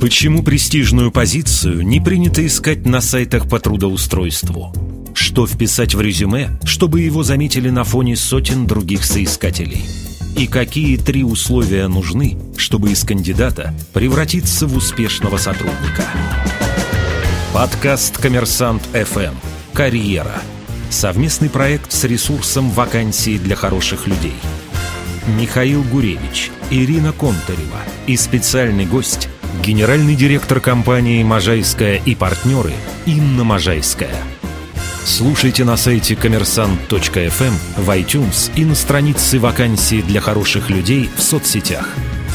Почему престижную позицию не принято искать на сайтах по трудоустройству? Что вписать в резюме, чтобы его заметили на фоне сотен других соискателей? И какие 3 условия нужны, чтобы из кандидата превратиться в успешного сотрудника? Подкаст «Коммерсант ФМ. Карьера». Совместный проект с ресурсом «Вакансии для хороших людей». Михаил Гуревич, Ирина Контарева и специальный гость – генеральный директор компании «Можайская и партнеры» Инна Можайская. Слушайте на сайте коммерсант.фм, в iTunes и на странице «Вакансии для хороших людей» в соцсетях.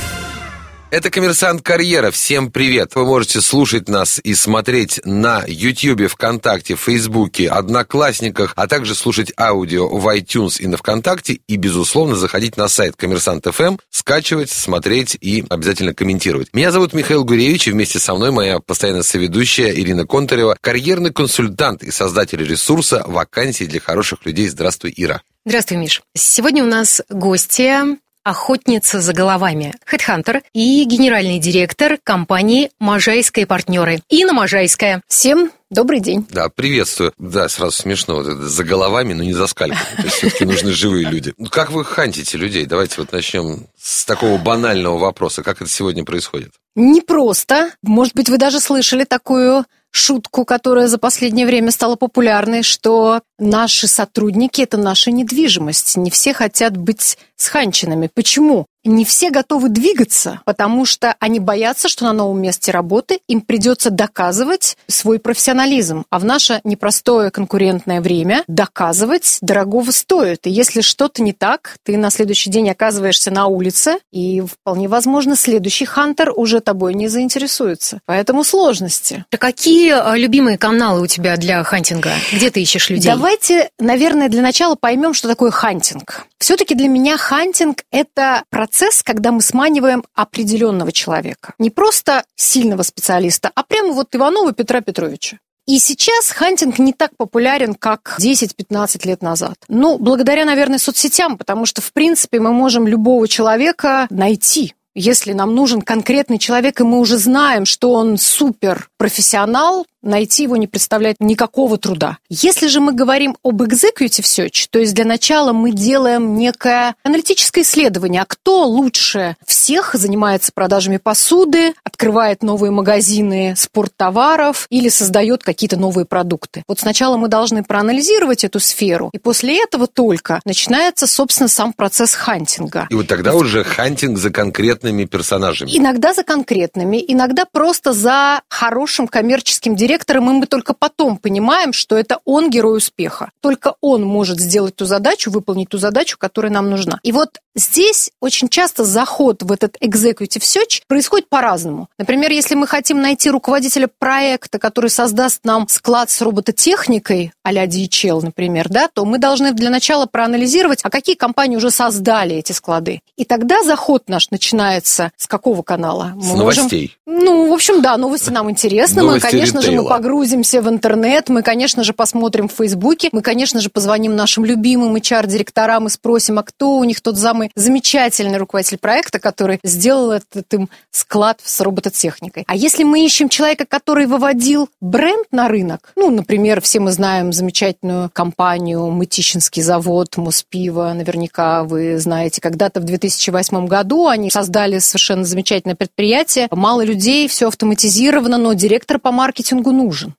Это «Коммерсант Карьера». Всем привет! Вы можете слушать нас и смотреть на YouTube, ВКонтакте, Фейсбуке, Одноклассниках, а также слушать аудио в iTunes и на ВКонтакте. И, безусловно, заходить на сайт «Коммерсант ФМ», скачивать, смотреть и обязательно комментировать. Меня зовут Михаил Гуревич, и вместе со мной моя постоянная соведущая Ирина Контарева, карьерный консультант и создатель ресурса «Вакансии для хороших людей». Здравствуй, Ира. Здравствуй, Миш. Сегодня у нас гостья, охотница за головами, хедхантер и генеральный директор компании «Можайская и партнеры» Инна Можайская. Всем добрый день. Да, приветствую. Да, сразу смешно, вот это за головами, но не за скальпом. То есть все-таки нужны живые люди. Как вы хантите людей? Давайте вот начнем с такого банального вопроса. Как это сегодня происходит? Непросто. Может быть, вы даже слышали такую шутку, которая за последнее время стала популярной, что наши сотрудники – это наша недвижимость. Не все хотят быть сханченными. Почему? Не все готовы двигаться, потому что они боятся, что на новом месте работы им придется доказывать свой профессионализм. А в наше непростое конкурентное время доказывать дорогого стоит. И если что-то не так, ты на следующий день оказываешься на улице, и вполне возможно, следующий хантер уже тобой не заинтересуется. Поэтому сложности. А какие любимые каналы у тебя для хантинга? Где ты ищешь людей? Давайте, наверное, для начала поймем, что такое хантинг. Все-таки для меня хантинг – это процесс, когда мы сманиваем определенного человека. Не просто сильного специалиста, а прямо вот Иванова Петра Петровича. И сейчас хантинг не так популярен, как 10-15 лет назад. Ну, благодаря, наверное, соцсетям, потому что, в принципе, мы можем любого человека найти. Если нам нужен конкретный человек, и мы уже знаем, что он суперпрофессионал, найти его не представляет никакого труда. Если же мы говорим об executive search, то есть для начала мы делаем некое аналитическое исследование, а кто лучше всех занимается продажами посуды, открывает новые магазины спорттоваров или создает какие-то новые продукты. Вот сначала мы должны проанализировать эту сферу, и после этого только начинается, собственно, сам процесс хантинга. И вот тогда уже хантинг за конкретными персонажами. Иногда за конкретными, иногда просто за хорошим коммерческим директором, и мы только потом понимаем, что это он герой успеха. Только он может сделать ту задачу, выполнить ту задачу, которая нам нужна. И вот здесь очень часто заход в этот executive search происходит по-разному. Например, если мы хотим найти руководителя проекта, который создаст нам склад с робототехникой, а-ля DHL, например, да, то мы должны для начала проанализировать, а какие компании уже создали эти склады. И тогда заход наш начинается с какого канала? С новостей. В общем, да, новости нам интересны. Новости мы, конечно ритейла. же, мы погрузимся в интернет, мы, конечно же, посмотрим в Фейсбуке, мы, конечно же, позвоним нашим любимым HR-директорам и спросим, а кто у них тот самый замечательный руководитель проекта, который сделал этот им склад с робототехникой. А если мы ищем человека, который выводил бренд на рынок, например, все мы знаем замечательную компанию Мытищинский завод, Моспиво, наверняка вы знаете, когда-то в 2008 году они создали совершенно замечательное предприятие, мало людей, все автоматизировано, но директор по маркетингу нужен.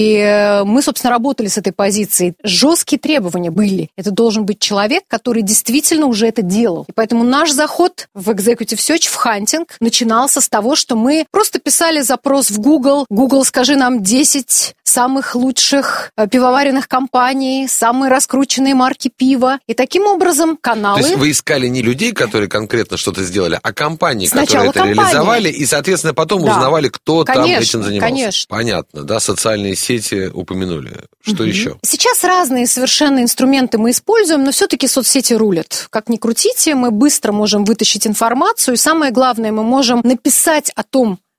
И мы, собственно, работали с этой позицией. Жесткие требования были. Это должен быть человек, который действительно уже это делал. И поэтому наш заход в Executive Search, в хантинг, начинался с того, что мы просто писали запрос в Google. Google, скажи нам 10 самых лучших пивоваренных компаний, самые раскрученные марки пива. И таким образом каналы... То есть вы искали не людей, которые конкретно что-то сделали, а компании, Сначала которые это реализовали, и, соответственно, потом узнавали, кто там этим занимался. Конечно. Понятно, да, социальные сети упомянули. Что еще? Сейчас разные совершенно инструменты мы используем, но все-таки соцсети рулят. Как ни крутите, мы быстро можем вытащить информацию, и самое главное, мы можем написать о том,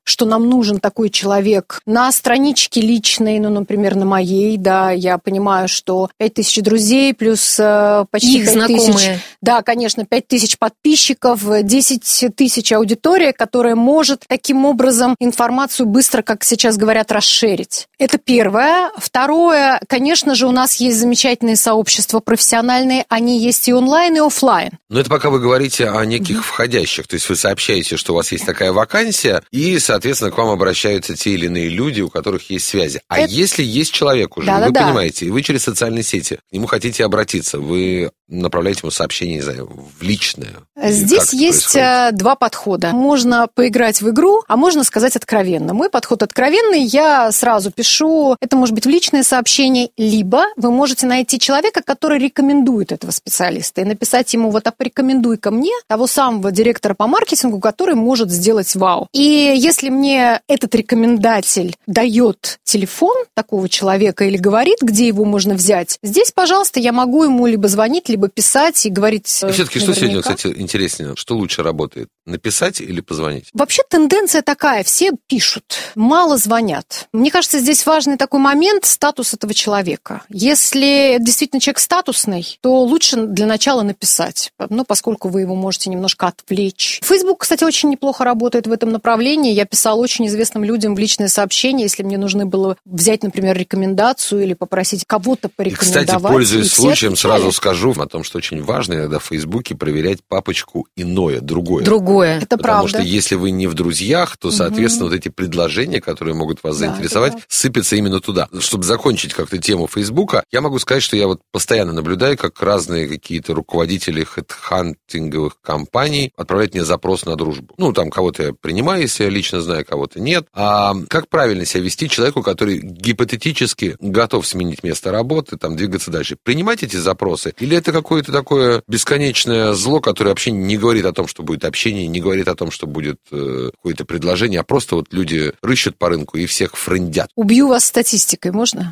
что нам нужен такой человек на страничке личной, ну, например, на моей, да, я понимаю, что 5000 друзей плюс почти 5000... Да, конечно, 5000 подписчиков, 10 тысяч аудитория, которая может таким образом информацию быстро, как сейчас говорят, расширить. Это первое. Второе, конечно же, у нас есть замечательные сообщества профессиональные, они есть и онлайн, и офлайн. Но это пока вы говорите о неких входящих, то есть вы сообщаете, что у вас есть такая вакансия, и, соответственно, к вам обращаются те или иные люди, у которых есть связи. А если есть человек уже, вы понимаете, и вы через социальные сети к нему хотите обратиться, вы направляете ему сообщение, не знаю, в личное. Здесь есть два подхода. Можно поиграть в игру, а можно сказать откровенно. Мой подход откровенный, я сразу пишу, это может быть в личное сообщение, либо вы можете найти человека, который рекомендует этого специалиста, и написать ему, вот, а порекомендуй ко мне того самого директора по маркетингу, который может сделать вау. И если мне этот рекомендатель дает телефон такого человека или говорит, где его можно взять, здесь, пожалуйста, я могу ему либо звонить, либо писать и говорить. И все-таки что сегодня, кстати, интереснее, что лучше работает, написать или позвонить? Вообще тенденция такая, все пишут, мало звонят. Мне кажется, здесь важный такой момент, статус этого человека. Если действительно человек статусный, то лучше для начала написать, ну, поскольку вы его можете немножко отвлечь. Facebook, кстати, очень неплохо работает в этом направлении. Я писала очень известным людям в личные сообщения, если мне нужно было взять, например, рекомендацию или попросить кого-то порекомендовать. И, кстати, пользуясь случаем, сразу скажу о том, что очень важно иногда в Фейсбуке проверять папочку «Иное», другое. Другое, это правда. Потому что если вы не в друзьях, то, соответственно, вот эти предложения, которые могут вас заинтересовать, сыпятся именно туда. Чтобы закончить как-то тему Фейсбука, я могу сказать, что я вот постоянно наблюдаю, как разные какие-то руководители хедхантинговых компаний отправляют мне запрос на дружбу. Ну, там кого-то я принимаю, если я лично знаю, кого-то нет. А как правильно себя вести человеку, который гипотетически готов сменить место работы, там, двигаться дальше? Принимать эти запросы? Или это какое-то такое бесконечное зло, которое вообще не говорит о том, что будет общение, не говорит о том, что будет какое-то предложение, а просто вот люди рыщут по рынку и всех френдят? Убью вас статистикой, можно?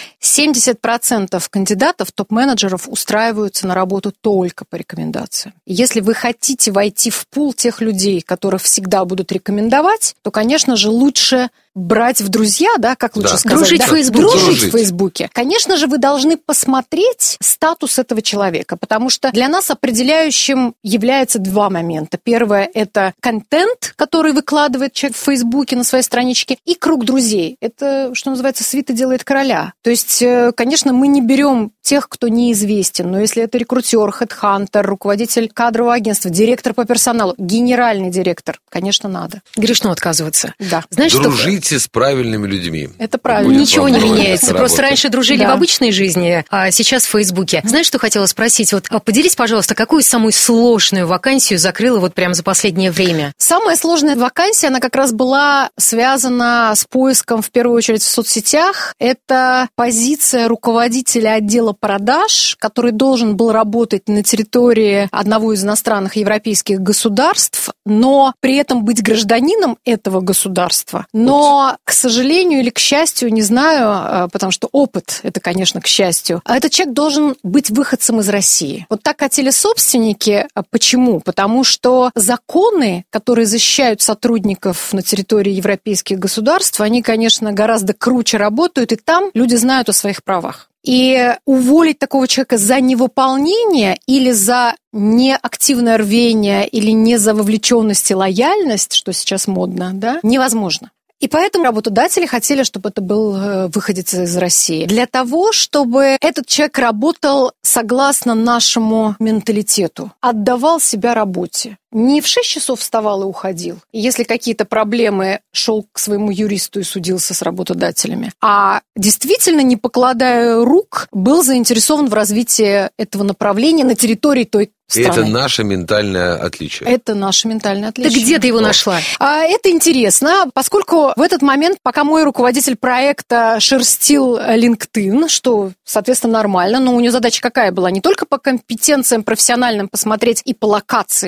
70% кандидатов, топ-менеджеров устраиваются на работу только по рекомендациям. Если вы хотите войти в пул тех людей, которых всегда будут рекомендовать, то, конечно же, лучше брать в друзья, да, как лучше сказать? Дружить в Фейсбуке. Дружить в Фейсбуке. Конечно же, вы должны посмотреть статус этого человека, потому что для нас определяющим являются два момента. Первое – это контент, который выкладывает человек в Фейсбуке на своей страничке, и круг друзей. Это, что называется, свита делает короля. То есть, конечно, мы не берем тех, кто неизвестен, но если это рекрутер, хедхантер, руководитель кадрового агентства, директор по персоналу, генеральный директор, конечно, надо. Грешно отказываться. Да. Знаешь, Дружите с правильными людьми. Это правильно. Ничего не меняется. Просто раньше дружили в обычной жизни, а сейчас в Фейсбуке. Знаешь, что хотела спросить? Вот поделись, пожалуйста, какую самую сложную вакансию закрыла вот прямо за последнее время? Самая сложная вакансия, она как раз была связана с поиском, в первую очередь, в соцсетях. Это позиция руководителя отдела продаж, который должен был работать на территории одного из иностранных европейских государств, но при этом быть гражданином этого государства. Но, к сожалению или к счастью, не знаю, потому что опыт, это, конечно, к счастью, этот человек должен быть выходцем из России. Вот так хотели собственники. Почему? Потому что законы, которые защищают сотрудников на территории европейских государств, они, конечно, гораздо круче работают, и там люди знают о своих правах. И уволить такого человека за невыполнение или за неактивное рвение, или не за вовлеченность и лояльность, что сейчас модно, да, невозможно. И поэтому работодатели хотели, чтобы это был выходец из России. Для того, чтобы этот человек работал согласно нашему менталитету, отдавал себя работе. Не в 6 часов вставал и уходил. И если какие-то проблемы, шел к своему юристу и судился с работодателями. А действительно, не покладая рук, был заинтересован в развитии этого направления на территории той страны. Это наше ментальное отличие. Это наше ментальное отличие. Ты где ты его нашла? Это интересно, поскольку в этот момент, пока мой руководитель проекта шерстил LinkedIn, что, соответственно, нормально, но у него задача какая была? Не только по компетенциям профессиональным посмотреть и по локации, что он должен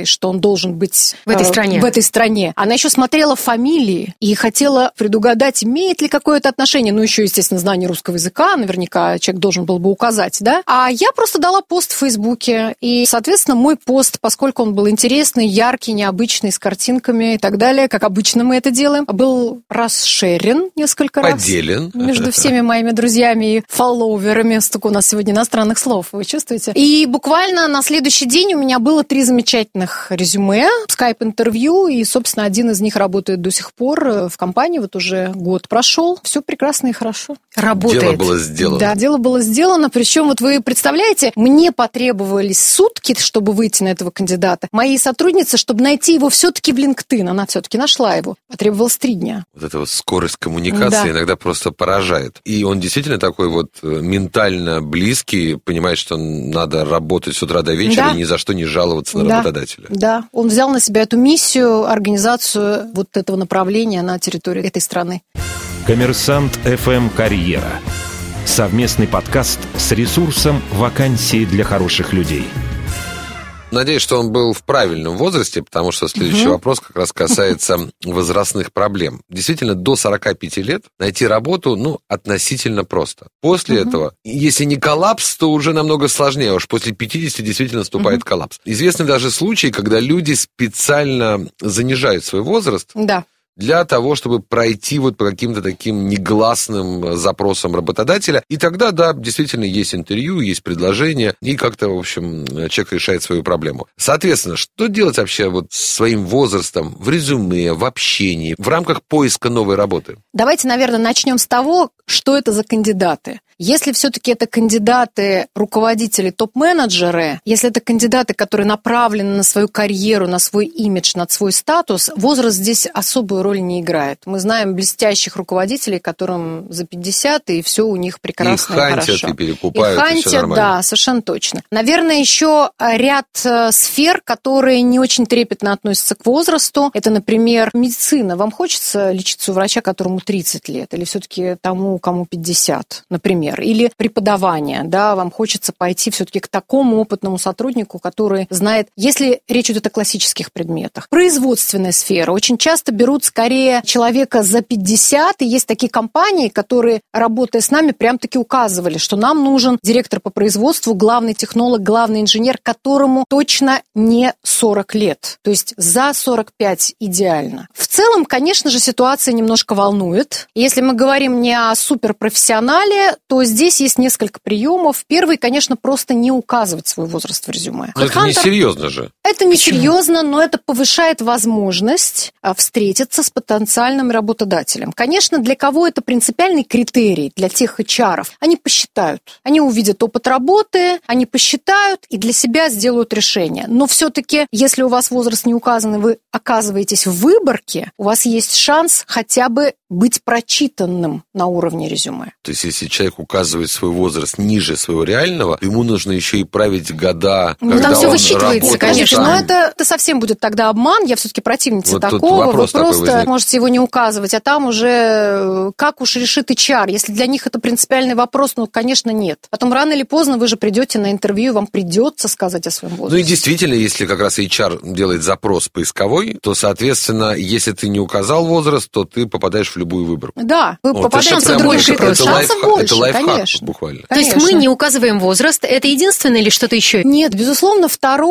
должен быть в этой стране. Она еще смотрела фамилии и хотела предугадать, имеет ли какое-то отношение, ну, еще, естественно, знание русского языка, наверняка человек должен был бы указать, да. А я просто дала пост в Фейсбуке, и, соответственно, мой пост, поскольку он был интересный, яркий, необычный, с картинками и так далее, как обычно мы это делаем, был расшерен несколько раз. Поделен. Между всеми моими друзьями и фолловерами. Столько у нас сегодня иностранных слов, вы чувствуете? И буквально на следующий день у меня было 3 замечательных резюме, скайп-интервью, и, собственно, один из них работает до сих пор в компании, вот уже год прошел. Все прекрасно и хорошо. Работает. Дело было сделано. Да, дело было сделано, причем вот вы представляете, мне потребовались сутки, чтобы выйти на этого кандидата. Моей сотруднице, чтобы найти его все-таки в LinkedIn, она все-таки нашла его, потребовалось 3 дня. Вот эта вот скорость коммуникации иногда просто поражает. И он действительно такой вот ментально близкий, понимает, что надо работать с утра до вечера и ни за что не жаловаться на работодателя. Да, он взял на себя эту миссию, организацию вот этого направления на территории этой страны. Коммерсант ФМ «Карьера». Совместный подкаст с ресурсом «Вакансии для хороших людей». Надеюсь, что он был в правильном возрасте, потому что следующий вопрос как раз касается возрастных проблем. Действительно, до 45 лет найти работу, относительно просто. После этого, если не коллапс, то уже намного сложнее. Уж после 50 действительно наступает коллапс. Известны даже случаи, когда люди специально занижают свой возраст. Да. Для того, чтобы пройти вот по каким-то таким негласным запросам работодателя. И тогда, да, действительно есть интервью, есть предложение, и как-то, в общем, человек решает свою проблему. Соответственно, что делать вообще вот с своим возрастом в резюме, в общении, в рамках поиска новой работы? Давайте, наверное, начнем с того, что это за кандидаты. Если все-таки это кандидаты, руководители, топ-менеджеры, если это кандидаты, которые направлены на свою карьеру, на свой имидж, на свой статус, возраст здесь особую роль не играет. Мы знаем блестящих руководителей, которым за 50, и все у них прекрасно и хорошо. И хантят, и перекупают, и хантят, все нормально. Да, совершенно точно. Наверное, еще ряд сфер, которые не очень трепетно относятся к возрасту. Это, например, медицина. Вам хочется лечиться у врача, которому 30 лет, или все-таки тому, кому 50, например? Или преподавание, да, вам хочется пойти все-таки к такому опытному сотруднику, который знает, если речь идет о классических предметах. Производственная сфера. Очень часто берут скорее человека за 50, и есть такие компании, которые, работая с нами, прям-таки указывали, что нам нужен директор по производству, главный технолог, главный инженер, которому точно не 40 лет. То есть за 45 идеально. В целом, конечно же, ситуация немножко волнует. Если мы говорим не о суперпрофессионале, то здесь есть несколько приемов. Первый, конечно, просто не указывать свой возраст в резюме. Но это несерьезно же. Это несерьезно, но это повышает возможность встретиться с потенциальным работодателем. Конечно, для кого это принципиальный критерий, для тех HR-ов. Они посчитают. Они увидят опыт работы, они посчитают и для себя сделают решение. Но все-таки, если у вас возраст не указан, и вы оказываетесь в выборке, у вас есть шанс хотя бы быть прочитанным на уровне резюме. То есть, если человек указывает свой возраст ниже своего реального, ему нужно еще и править года, когда там все он высчитывается, конечно. Там. Но это совсем будет тогда обман. Я все-таки противница вот такого. Вы просто можете его не указывать, а там уже как уж решит HR. Если для них это принципиальный вопрос, конечно, нет. Потом рано или поздно вы же придете на интервью, и вам придется сказать о своем возрасте. Ну и действительно, если как раз HR делает запрос поисковой, то, соответственно, если ты не указал возраст, то ты попадаешь в любую выборку. Да, вы попадаете в другой шанс. Это лайфхак буквально. То есть мы не указываем возраст, это единственное или что-то еще? Нет, безусловно,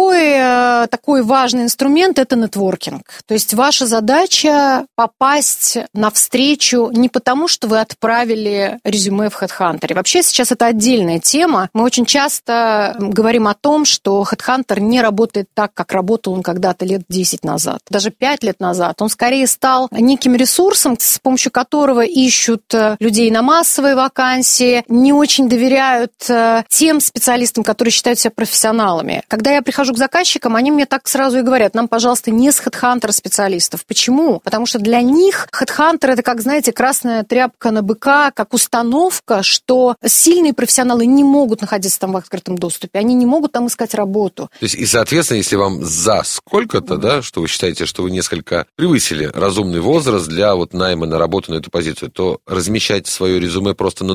второй такой важный инструмент – это нетворкинг. То есть ваша задача попасть на встречу не потому, что вы отправили резюме в HeadHunter. Вообще сейчас это отдельная тема. Мы очень часто говорим о том, что HeadHunter не работает так, как работал он когда-то лет 10 назад, даже 5 лет назад. Он скорее стал неким ресурсом, с помощью которого ищут людей на массовые вакансии, не очень доверяют тем специалистам, которые считают себя профессионалами. Когда я прихожу к заказчикам, они мне так сразу и говорят: нам, пожалуйста, не с HeadHunter специалистов. Почему? Потому что для них HeadHunter – это, как, знаете, красная тряпка на быка, как установка, что сильные профессионалы не могут находиться там в открытом доступе, они не могут там искать работу. То есть, и, соответственно, если вам за сколько-то, да, что вы считаете, что вы несколько превысили разумный возраст для вот найма на работу на эту позицию, то размещать свое резюме просто на других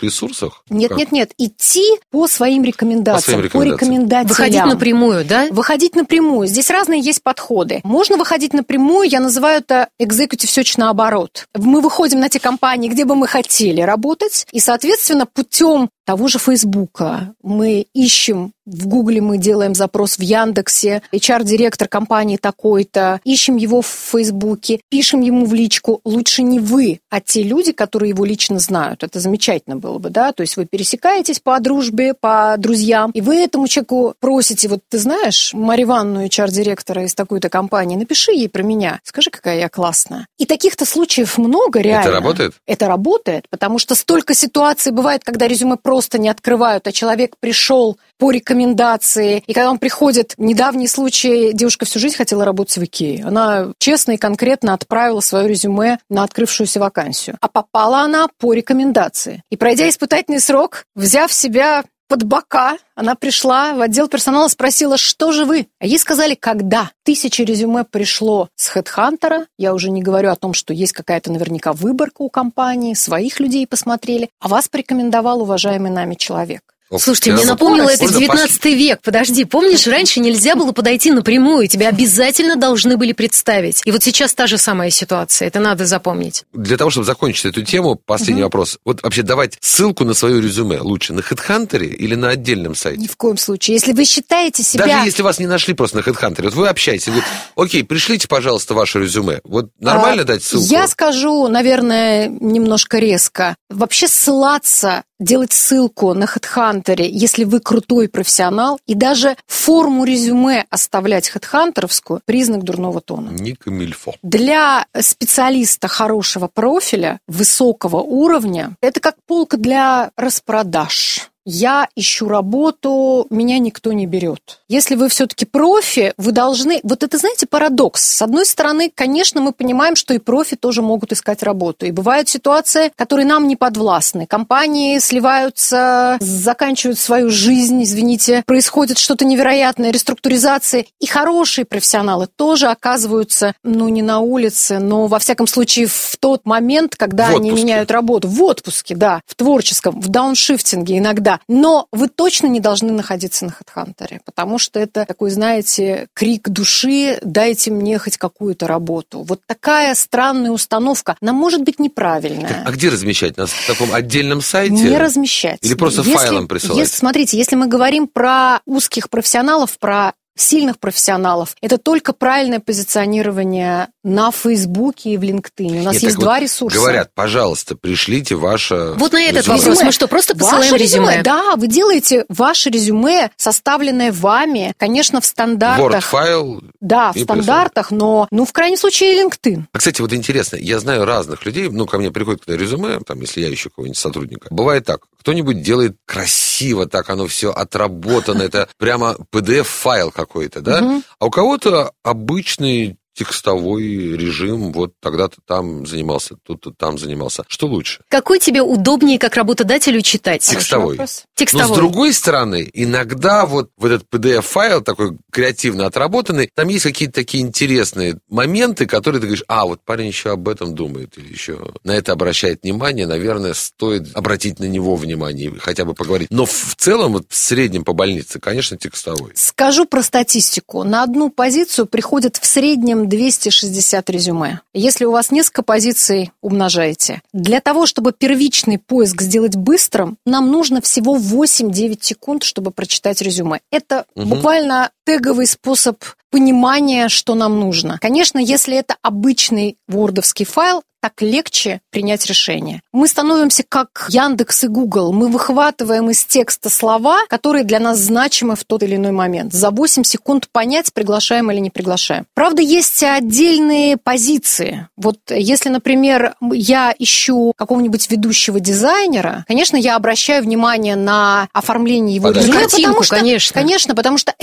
ресурсах? Нет. Идти по своим рекомендациям, по рекомендателям. Выходить напрямую, да? Выходить напрямую. Здесь разные есть подходы. Можно выходить напрямую, я называю это executive search наоборот. Мы выходим на те компании, где бы мы хотели работать, и, соответственно, путем того же Фейсбука мы ищем, в Гугле мы делаем запрос, в Яндексе, HR-директор компании такой-то, ищем его в Фейсбуке, пишем ему в личку, лучше не вы, а те люди, которые его лично знают. Это замечательно было бы, да, то есть вы пересекаетесь по дружбе, по друзьям, и вы этому человеку просите, вот ты знаешь Марию Ивановну, HR-директора из такой-то компании, напиши ей про меня, скажи, какая я классная. И таких-то случаев много реально. Это работает? Это работает, потому что столько ситуаций бывает, когда резюме просто не открывают, а человек пришел по рекомендации, и когда он приходит, недавний случай, девушка всю жизнь хотела работать в Икее. Она честно и конкретно отправила свое резюме на открывшуюся вакансию. А попала она по рекомендации. И пройдя испытательный срок, взяв себя под бока, она пришла в отдел персонала, спросила, что же вы? А ей сказали, когда 1000 резюме пришло с HeadHunter, я уже не говорю о том, что есть какая-то наверняка выборка у компании, своих людей посмотрели, а вас порекомендовал уважаемый нами человек. Слушайте, мне напомнило это 19 век. Подожди, помнишь, раньше нельзя было подойти напрямую, тебя обязательно должны были представить. И вот сейчас та же самая ситуация, это надо запомнить. Для того, чтобы закончить эту тему, последний вопрос. Вот вообще давать ссылку на свое резюме лучше на HeadHunter или на отдельном сайте? Ни в коем случае. Если вы считаете себя... Даже если вас не нашли просто на HeadHunter, вот вы общаетесь, говорите, окей, пришлите, пожалуйста, ваше резюме. Вот нормально дать ссылку? Я скажу, наверное, немножко резко. Вообще ссылаться, делать ссылку на HeadHunter, если вы крутой профессионал, и даже форму резюме оставлять HeadHunter'овскую – признак дурного тона. Не камильфо. Для специалиста хорошего профиля, высокого уровня, это как полка для распродаж. Я ищу работу, меня никто не берет. Если вы все-таки профи, вы должны... Вот это, знаете, парадокс. С одной стороны, конечно, мы понимаем, что и профи тоже могут искать работу. И бывают ситуации, которые нам не подвластны. Компании сливаются, заканчивают свою жизнь, извините, происходит что-то невероятное, реструктуризация. И хорошие профессионалы тоже оказываются, не на улице, но, во всяком случае, в тот момент, когда они меняют работу. В отпуске, да, в творческом, в дауншифтинге иногда. Но вы точно не должны находиться на HeadHunter, потому что это такой, знаете, крик души: дайте мне хоть какую-то работу. Вот такая странная установка, она может быть неправильная. А где размещать? На таком отдельном сайте? Не размещать. Или просто файлом присылать? Смотрите, если мы говорим про узких профессионалов, про сильных профессионалов, это только правильное позиционирование на Фейсбуке и в LinkedIn. У нас есть два ресурса. Говорят, пожалуйста, пришлите ваше Вот на этот резюме. вопрос мы что, просто посылаем резюме? Да, вы делаете ваше резюме, составленное вами, конечно, в стандартах. Word-файл. Да, в стандартах, но, в крайнем случае, и LinkedIn. А, кстати, вот интересно, я знаю разных людей, ко мне приходит когда резюме, если я ищу какого-нибудь сотрудника. Бывает так, кто-нибудь делает красиво, так оно все отработано, это прямо PDF-файл какой-то, да? А у кого-то обычный текстовой режим, вот тогда-то там занимался, тут-то там занимался. Что лучше? Какой тебе удобнее как работодателю читать? Текстовой. Текстовой. Но с другой стороны, иногда вот в этот PDF-файл такой креативно отработанный, там есть какие-то такие интересные моменты, которые ты говоришь, вот парень еще об этом думает, или еще на это обращает внимание, наверное, стоит обратить на него внимание, хотя бы поговорить. Но в целом, вот в среднем по больнице, конечно, текстовой. Скажу про статистику. На одну позицию приходит в среднем 260 резюме. Если у вас несколько позиций, умножаете. Для того, чтобы первичный поиск сделать быстрым, нам нужно всего 8-9 секунд, чтобы прочитать резюме. Это буквально теговый способ понимания, что нам нужно. Конечно, если это обычный вордовский файл, так легче принять решение. Мы становимся как Яндекс и Google. Мы выхватываем из текста слова, которые для нас значимы в тот или иной момент. За 8 секунд понять, приглашаем или не приглашаем. Правда, есть отдельные позиции. Вот если, например, я ищу какого-нибудь ведущего дизайнера, конечно, я обращаю внимание на оформление его резюме, картинку, конечно. Конечно, потому что это его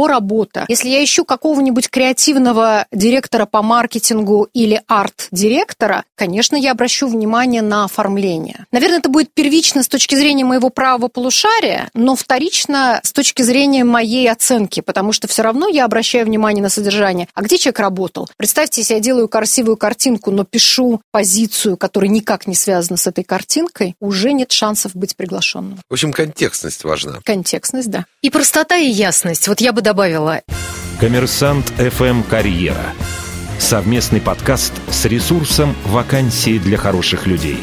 его работа. Если я ищу какого-нибудь креативного директора по маркетингу или арт-директора, конечно, я обращу внимание на оформление. Наверное, это будет первично с точки зрения моего правого полушария, но вторично с точки зрения моей оценки, потому что все равно я обращаю внимание на содержание. А где человек работал? Представьте, если я делаю красивую картинку, но пишу позицию, которая никак не связана с этой картинкой, уже нет шансов быть приглашенным. В общем, контекстность важна. Контекстность, да. И простота, и ясность. Вот я бы добавила. Коммерсант ФМ «Карьера». Совместный подкаст с ресурсом «Вакансии для хороших людей».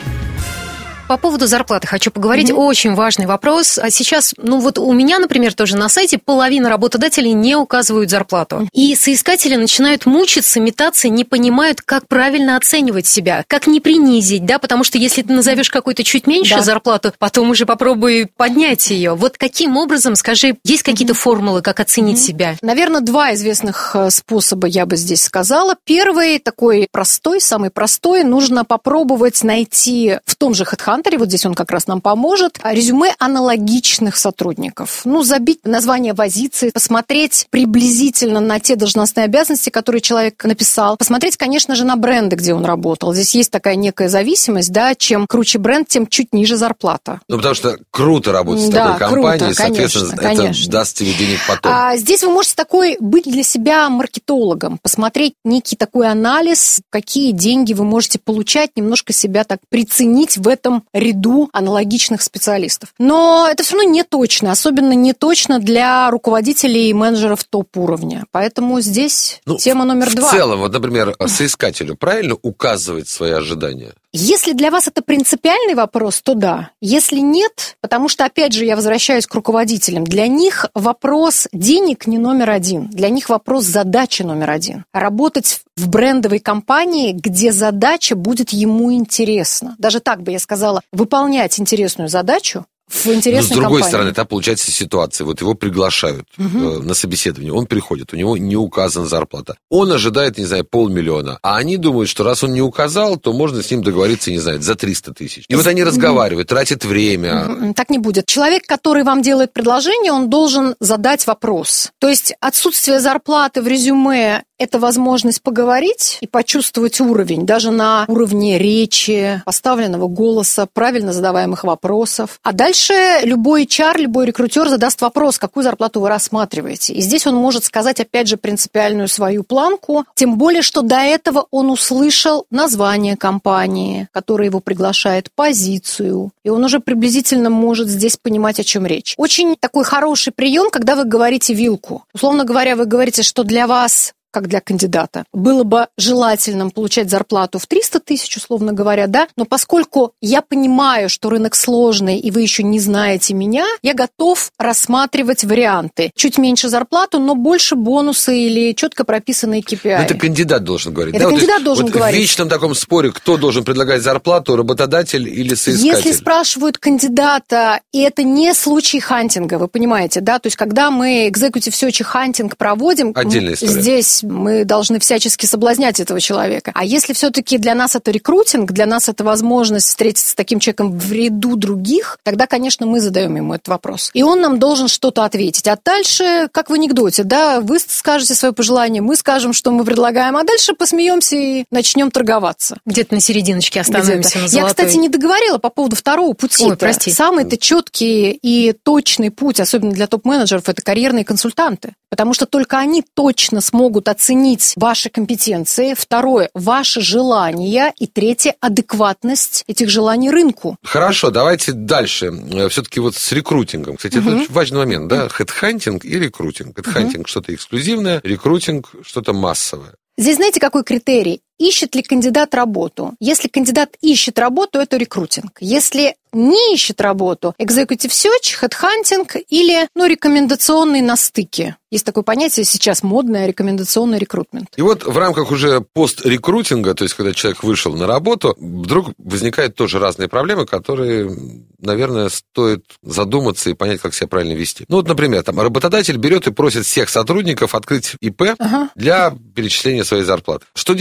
По поводу зарплаты хочу поговорить. Очень важный вопрос. А сейчас, вот у меня, например, тоже на сайте половина работодателей не указывают зарплату. И соискатели начинают мучиться, метаться, не понимают, как правильно оценивать себя, как не принизить, да, потому что если ты назовешь какую-то чуть меньше зарплату, потом уже попробуй поднять ее. Вот каким образом, скажи, есть какие-то формулы, как оценить себя? Наверное, два известных способа я бы здесь сказала. Первый, такой простой, самый простой, нужно попробовать найти в том же HeadHunter, вот здесь он как раз нам поможет, резюме аналогичных сотрудников. Забить название позиции, посмотреть приблизительно на те должностные обязанности, которые человек написал, посмотреть, конечно же, на бренды, где он работал. Здесь есть такая некая зависимость, да, чем круче бренд, тем чуть ниже зарплата. Потому что круто работать в такой компании, соответственно, это даст тебе денег потом. Здесь вы можете быть для себя маркетологом, посмотреть некий такой анализ, какие деньги вы можете получать, немножко себя так приценить в этом ряду аналогичных специалистов. Но это все равно не точно, особенно не точно для руководителей и менеджеров топ-уровня. Поэтому здесь тема номер 2. В целом, например, соискателю правильно указывать свои ожидания? Если для вас это принципиальный вопрос, то да. Если нет, потому что, опять же, я возвращаюсь к руководителям, для них вопрос денег не номер один, для них вопрос задачи номер один. Работать в брендовой компании, где задача будет ему интересна. Даже так бы я сказала, выполнять интересную задачу в интересной с другой компании. стороны, там получается ситуация. Его приглашают на собеседование, он приходит, у него не указана зарплата. Он ожидает, 500 000, а они думают, что раз он не указал, то можно с ним договориться, за 300 000. И они разговаривают, тратят время. Так не будет. Человек, который вам делает предложение, он должен задать вопрос. То есть отсутствие зарплаты в резюме – это возможность поговорить и почувствовать уровень, даже на уровне речи, поставленного голоса, правильно задаваемых вопросов. А дальше любой HR, любой рекрутер задаст вопрос, какую зарплату вы рассматриваете. И здесь он может сказать, опять же, принципиальную свою планку, тем более, что до этого он услышал название компании, которая его приглашает, позицию, и он уже приблизительно может здесь понимать, о чем речь. Очень такой хороший прием, когда вы говорите вилку. Условно говоря, вы говорите, что для вас, как для кандидата, было бы желательным получать зарплату в 300 000, условно говоря, да, но поскольку я понимаю, что рынок сложный, и вы еще не знаете меня, я готов рассматривать варианты. Чуть меньше зарплату, но больше бонусы или четко прописанные KPI. Но это кандидат должен говорить. Это кандидат должен говорить. В вечном таком споре, кто должен предлагать зарплату, работодатель или соискатель? Если спрашивают кандидата, и это не случай хантинга, вы понимаете, да, то есть когда мы executive search хантинг проводим, отдельная история. Здесь мы должны всячески соблазнять этого человека. А если все-таки для нас это рекрутинг, для нас это возможность встретиться с таким человеком в ряду других, тогда, конечно, мы задаем ему этот вопрос. И он нам должен что-то ответить. А дальше, как в анекдоте, да, вы скажете свое пожелание, мы скажем, что мы предлагаем, а дальше посмеемся и начнем торговаться. Где-то на серединочке остановимся на золотой. Я, кстати, не договорила по поводу второго пути. Ой, прости. Самый-то четкий и точный путь, особенно для топ-менеджеров, это карьерные консультанты. Потому что только они точно смогут оценить ваши компетенции. Второе, ваши желания. И третье, адекватность этих желаний рынку. Хорошо, давайте дальше. Все-таки с рекрутингом. Кстати, это очень важный момент, да? Хедхантинг и рекрутинг. Хедхантинг что-то эксклюзивное, рекрутинг что-то массовое. Здесь знаете, какой критерий? Ищет ли кандидат работу? Если кандидат ищет работу, это рекрутинг. Если не ищет работу, executive search, headhunting или, рекомендационный на стыке. Есть такое понятие сейчас модное, рекомендационный рекрутмент. И в рамках уже пост-рекрутинга, то есть когда человек вышел на работу, вдруг возникают тоже разные проблемы, которые, наверное, стоит задуматься и понять, как себя правильно вести. Например, работодатель берет и просит всех сотрудников открыть ИП для перечисления своей зарплаты. Что делать в этой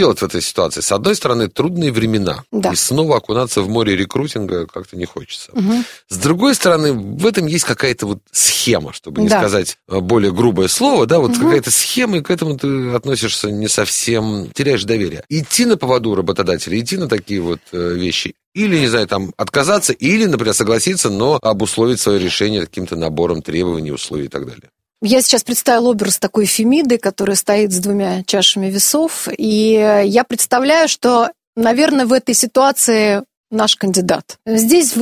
ситуации. С одной стороны, трудные времена. Да. И снова окунаться в море рекрутинга как-то не хочется. С другой стороны, в этом есть какая-то вот схема, чтобы не сказать более грубое слово, да, вот какая-то схема, и к этому ты относишься не совсем, теряешь доверие. Идти на поводу работодателя, идти на такие вот вещи, или, не знаю, там, отказаться, или, например, согласиться, но обусловить свое решение каким-то набором требований, условий и так далее. Я сейчас представила образ такой Фемиды, которая стоит с двумя чашами весов, и я представляю, что, наверное, в этой ситуации наш кандидат. Здесь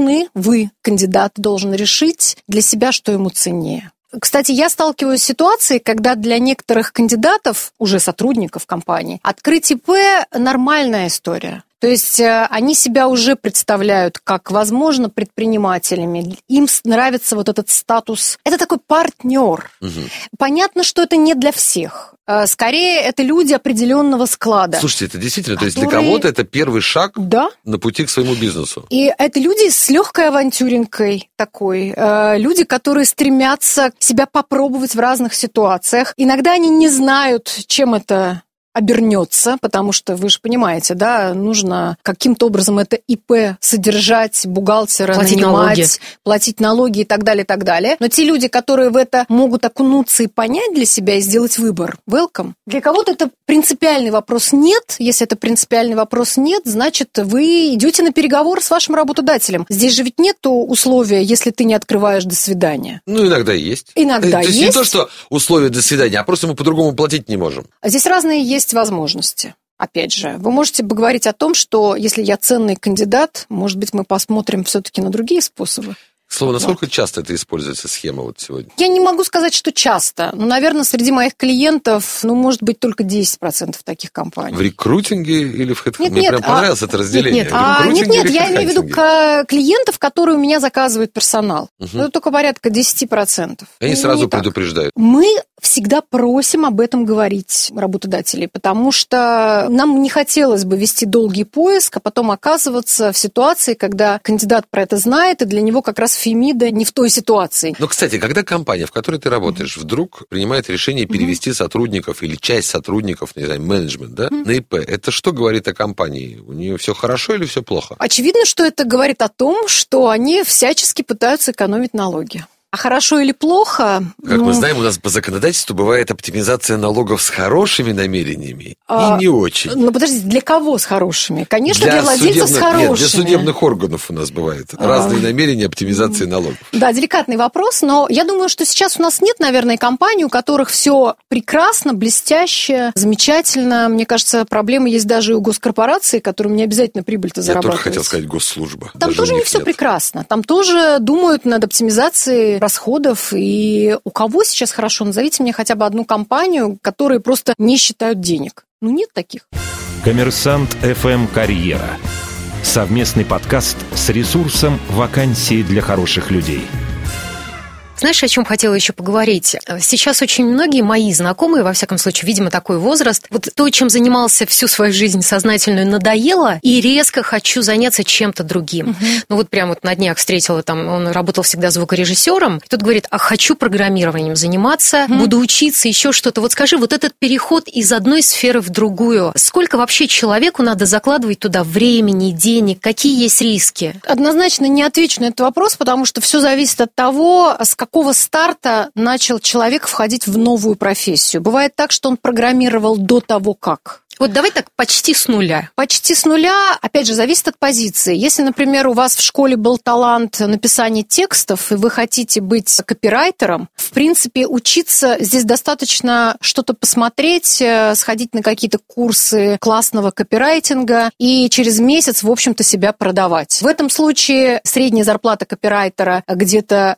вы, кандидат, должен решить для себя, что ему ценнее. Кстати, я сталкиваюсь с ситуацией, когда для некоторых кандидатов, уже сотрудников компании, открыть ИП – нормальная история. То есть они себя уже представляют как, возможно, предпринимателями. Им нравится вот этот статус. Это такой партнер. Понятно, что это не для всех. Скорее, это люди определенного склада. Слушайте, это действительно, то есть для кого-то это первый шаг на пути к своему бизнесу. И это люди с легкой авантюринкой такой. Люди, которые стремятся себя попробовать в разных ситуациях. Иногда они не знают, чем это обернется, потому что, вы же понимаете, да, нужно каким-то образом это ИП содержать, бухгалтера нанимать, платить налоги и так далее, и так далее. Но те люди, которые в это могут окунуться и понять для себя и сделать выбор, welcome. Для кого-то это принципиальный вопрос нет. Если это принципиальный вопрос нет, значит, вы идете на переговор с вашим работодателем. Здесь же ведь нету условия, если ты не открываешь «до свидания». Ну, иногда есть. Иногда есть. То есть не то, что условия «до свидания», а просто мы по-другому платить не можем. Здесь разные есть возможности. Опять же, вы можете поговорить о том, что если я ценный кандидат, может быть, мы посмотрим все-таки на другие способы. Слово, насколько часто это используется схема вот сегодня? Я не могу сказать, что часто. Но, наверное, среди моих клиентов, может быть, только 10% таких компаний. В рекрутинге или в хедхантинге? Мне прям понравилось это разделение. Нет, я имею в виду клиентов, которые у меня заказывают персонал. Это только порядка 10%. Они сразу предупреждают. Мы всегда просим об этом говорить работодателей, потому что нам не хотелось бы вести долгий поиск, а потом оказываться в ситуации, когда кандидат про это знает, и для него как раз Фемида не в той ситуации. Но, кстати, когда компания, в которой ты работаешь, вдруг принимает решение перевести сотрудников или часть сотрудников, не знаю, менеджмент, да, на ИП, это что говорит о компании? У нее все хорошо или все плохо? Очевидно, что это говорит о том, что они всячески пытаются экономить налоги. А хорошо или плохо? Как мы знаем, у нас по законодательству бывает оптимизация налогов с хорошими намерениями и не очень. Ну, подождите, для кого с хорошими? Конечно, для владельцев с хорошими. Нет, для судебных органов у нас бывает разные намерения оптимизации налогов. Да, деликатный вопрос, но я думаю, что сейчас у нас нет, наверное, компаний, у которых все прекрасно, блестяще, замечательно. Мне кажется, проблемы есть даже и у госкорпораций, которым не обязательно прибыль-то зарабатывать. Я только хотел сказать госслужба. Там тоже не все прекрасно. Там тоже думают над оптимизацией расходов. И у кого сейчас хорошо? Назовите мне хотя бы одну компанию, которые просто не считают денег. Нет таких. Коммерсант ФМ «Карьера». Совместный подкаст с ресурсом «Вакансии для хороших людей». Знаешь, о чем хотела еще поговорить? Сейчас очень многие мои знакомые, во всяком случае, видимо, такой возраст, вот то, чем занимался всю свою жизнь сознательную, надоело, и резко хочу заняться чем-то другим. Ну вот прям вот на днях встретила, там, он работал всегда звукорежиссером, и тут говорит, хочу программированием заниматься, буду учиться, еще что-то. Вот скажи, вот этот переход из одной сферы в другую, сколько вообще человеку надо закладывать туда времени, денег, какие есть риски? Однозначно не отвечу на этот вопрос, потому что все зависит от того, с какого старта начал человек входить в новую профессию. Бывает так, что он программировал до того, как. Вот давай так, почти с нуля. Почти с нуля, опять же, зависит от позиции. Если, например, у вас в школе был талант написания текстов, и вы хотите быть копирайтером, в принципе, учиться здесь достаточно что-то посмотреть, сходить на какие-то курсы классного копирайтинга и через месяц, в общем-то, себя продавать. В этом случае средняя зарплата копирайтера где-то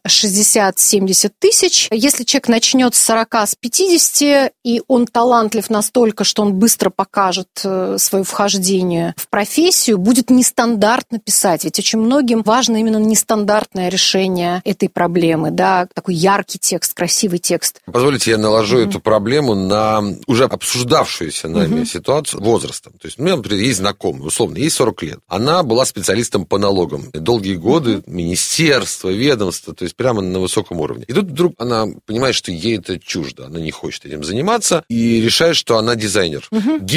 60-70 тысяч. Если человек начнет с 40, с 50, и он талантлив настолько, что он быстро покажет свое вхождение в профессию, будет нестандартно писать. Ведь очень многим важно именно нестандартное решение этой проблемы, да, такой яркий текст, красивый текст. Позволите, я наложу эту проблему на уже обсуждавшуюся нами ситуацию возрастом. То есть у меня, например, есть знакомый, условно, ей 40 лет. Она была специалистом по налогам. Долгие годы, министерство, ведомство, то есть прямо на высоком уровне. И тут вдруг она понимает, что ей это чуждо, она не хочет этим заниматься, и решает, что она дизайнер.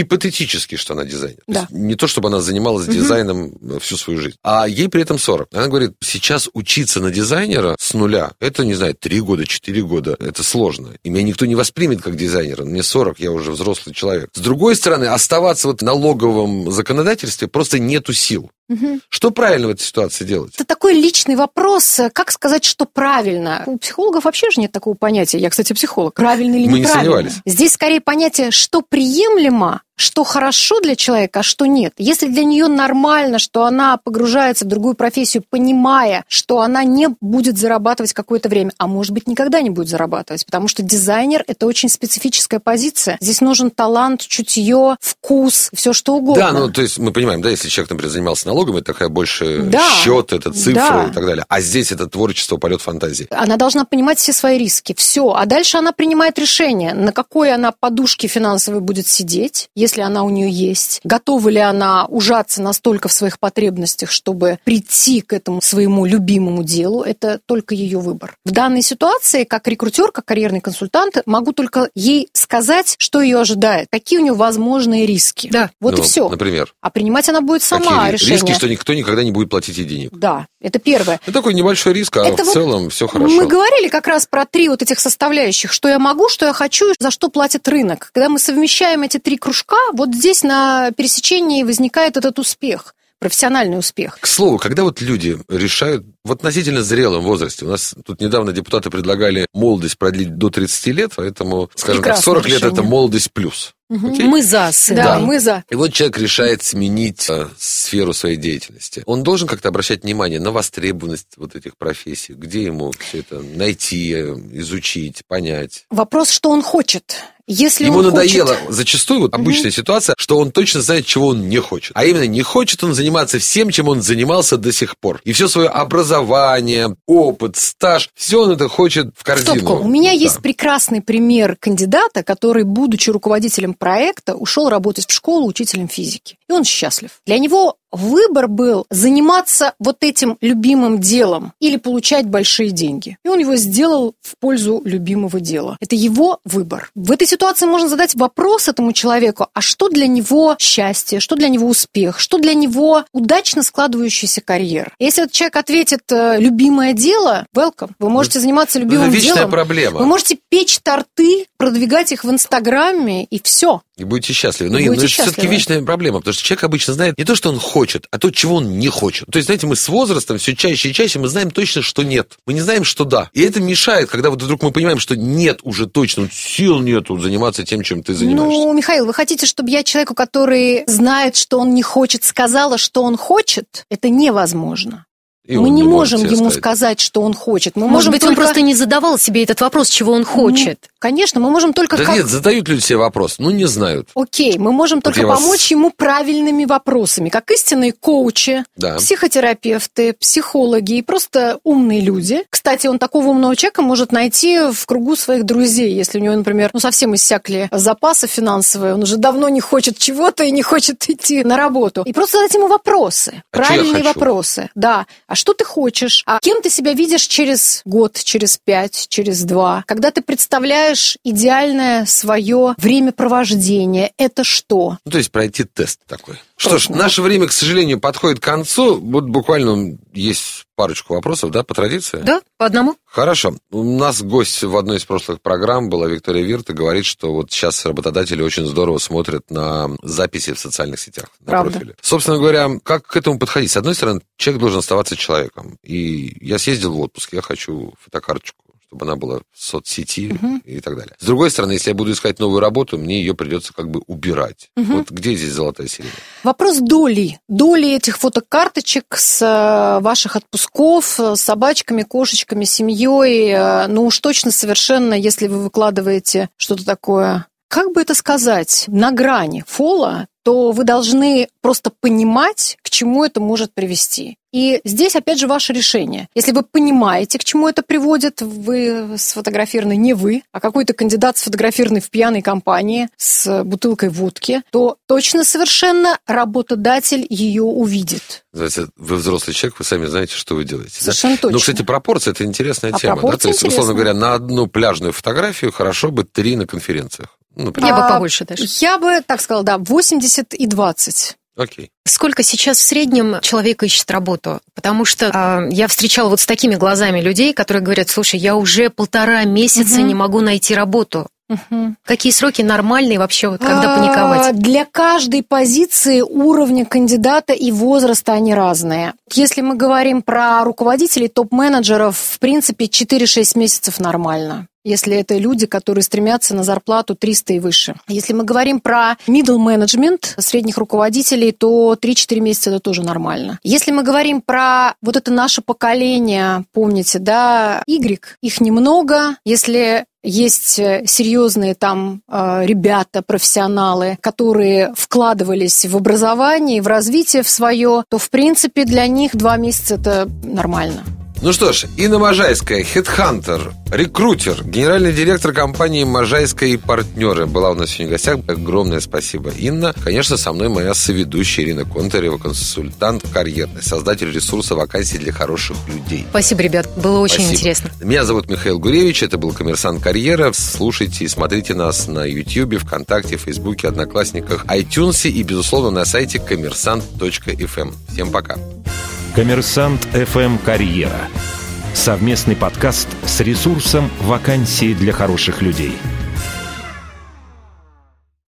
гипотетически, что она дизайнер. Да. То есть не то, чтобы она занималась дизайном всю свою жизнь. А ей при этом 40. Она говорит, сейчас учиться на дизайнера с нуля, это, не знаю, 3 года, 4 года, это сложно. И меня никто не воспримет как дизайнера. Мне 40, я уже взрослый человек. С другой стороны, оставаться в налоговом законодательстве просто нету сил. Что правильно в этой ситуации делать? Это такой личный вопрос. Как сказать, что правильно? У психологов вообще же нет такого понятия. Я, кстати, психолог. Правильно или Мы неправильно? не сомневались. Здесь скорее понятие, что приемлемо, что хорошо для человека, а что нет. Если для нее нормально, что она погружается в другую профессию, понимая, что она не будет зарабатывать какое-то время, а может быть, никогда не будет зарабатывать, потому что дизайнер – это очень специфическая позиция. Здесь нужен талант, чутье, вкус, все что угодно. Да, ну, то есть мы понимаем, да, если человек, например, занимался налогом, это такая больше счет, это цифры и так далее. А здесь это творчество, полет фантазии. Она должна понимать все свои риски, все. А дальше она принимает решение, на какой она подушке финансовой будет сидеть, если она у нее есть. Готова ли она ужаться настолько в своих потребностях, чтобы прийти к этому своему любимому делу, это только ее выбор. В данной ситуации, как рекрутер, как карьерный консультант, могу только ей сказать, что ее ожидает, какие у нее возможные риски. Да. Вот и все. Например? А принимать она будет сама решение. Риски, что никто никогда не будет платить ей денег. Да, это первое. Это такой небольшой риск, а это в целом все хорошо. Мы говорили как раз про 3 вот этих составляющих, что я могу, что я хочу, за что платит рынок. Когда мы совмещаем эти 3 кружка, вот здесь на пересечении возникает этот успех. Профессиональный успех. К слову, когда вот люди решают в относительно зрелом возрасте, у нас тут недавно депутаты предлагали молодость продлить до 30 лет, поэтому, скажем так, 40 лет – это молодость плюс. Мы за, сын. Да, мы за. И вот человек решает сменить сферу своей деятельности. Он должен как-то обращать внимание на востребованность вот этих профессий, где ему все это найти, изучить, понять. Вопрос, что он хочет. Если ему он надоело хочет... зачастую вот обычная ситуация, что он точно знает, чего он не хочет. А именно, не хочет он заниматься всем, чем он занимался до сих пор. И все свое образование, опыт, стаж, все он это хочет в корзину. Стопку. У меня есть прекрасный пример кандидата, который, будучи руководителем проекта, ушел работать в школу учителем физики. И он счастлив. Для него выбор был заниматься вот этим любимым делом или получать большие деньги. И он его сделал в пользу любимого дела. Это его выбор. В этой ситуации можно задать вопрос этому человеку, а что для него счастье, что для него успех, что для него удачно складывающаяся карьера. Если этот человек ответит «любимое дело», welcome. Вы можете заниматься любимым делом. Это вечная проблема. Вы можете печь торты, продвигать их в Инстаграме, и все. И будете счастливы. Но это все-таки вечная проблема, потому что человек обычно знает не то, что он хочет, а то, чего он не хочет. То есть, знаете, мы с возрастом все чаще и чаще мы знаем точно, что нет. Мы не знаем, что да. И это мешает, когда вот вдруг мы понимаем, что нет уже точно, вот сил нету заниматься тем, чем ты занимаешься. Ну, Михаил, вы хотите, чтобы я человеку, который знает, что он не хочет, сказала, что он хочет? Это невозможно. Мы не можем ему сказать, что он хочет. Может быть, он просто не задавал себе этот вопрос, чего он хочет. Конечно, мы можем только... Да нет, задают люди себе вопрос, не знают. Окей, мы можем только помочь ему правильными вопросами, как истинные коучи, психотерапевты, психологи и просто умные люди. Кстати, он такого умного человека может найти в кругу своих друзей, если у него, например, совсем иссякли запасы финансовые, он уже давно не хочет чего-то и не хочет идти на работу. И просто задать ему вопросы, правильные вопросы. Да. А что ты хочешь? А кем ты себя видишь через год, через 5, через 2? Когда ты представляешь идеальное свое времяпровождение, это что? То есть пройти тест такой. Что ж, наше время, к сожалению, подходит к концу. Вот буквально есть парочку вопросов, да, по традиции? Да, по одному. Хорошо. У нас гость в одной из прошлых программ была Виктория Вирт и говорит, что вот сейчас работодатели очень здорово смотрят на записи в социальных сетях, на профиле. Собственно говоря, как к этому подходить? С одной стороны, человек должен оставаться человеком. И я съездил в отпуск, я хочу фотокарточку, чтобы она была в соцсети и так далее. С другой стороны, если я буду искать новую работу, мне ее придется как бы убирать. Вот где здесь золотая середина? Вопрос доли. Доли этих фотокарточек с ваших отпусков, с собачками, кошечками, семьей. Ну уж точно совершенно, если вы выкладываете что-то такое, как бы это сказать, на грани фола, то вы должны просто понимать, к чему это может привести. И здесь, опять же, ваше решение. Если вы понимаете, к чему это приводит, вы сфотографированы не вы, а какой-то кандидат сфотографированный в пьяной компании с бутылкой водки, то точно совершенно работодатель ее увидит. Знаете, вы взрослый человек, вы сами знаете, что вы делаете. Совершенно точно. Ну, кстати, пропорции – это интересная тема. Да? То есть, условно говоря, на одну пляжную фотографию хорошо бы 3 на конференциях. Ну, я бы побольше даже. Я бы так сказала, да, 80 и 20. Окей. Сколько сейчас в среднем человек ищет работу? Потому что я встречала вот с такими глазами людей, которые говорят, слушай, я уже 1,5 месяца не могу найти работу. Какие сроки нормальные вообще, вот, когда паниковать? Для каждой позиции уровня кандидата и возраста они разные. Если мы говорим про руководителей, топ-менеджеров, в принципе, 4-6 месяцев нормально. Если это люди, которые стремятся на зарплату 300 и выше. Если мы говорим про middle management, средних руководителей, то 3-4 месяца это тоже нормально. Если мы говорим про вот это наше поколение, помните, да, Y, их немного. Если есть серьезные там ребята, профессионалы, которые вкладывались в образование, в развитие в свое, то, в принципе, для них 2 месяца это нормально. Ну что ж, Инна Можайская, хедхантер, рекрутер, генеральный директор компании «Можайская и партнеры» была у нас сегодня в гостях. Огромное спасибо, Инна. Конечно, со мной моя соведущая Ирина Контарева, консультант карьерный, создатель ресурса вакансий для хороших людей. Спасибо, ребят, было очень интересно. Меня зовут Михаил Гуревич, это был «Коммерсант Карьера». Слушайте и смотрите нас на YouTube, ВКонтакте, Фейсбуке, Одноклассниках, iTunes и, безусловно, на сайте коммерсант.fm. Всем пока. «Коммерсант ФМ Карьера». Совместный подкаст с ресурсом «Вакансии для хороших людей».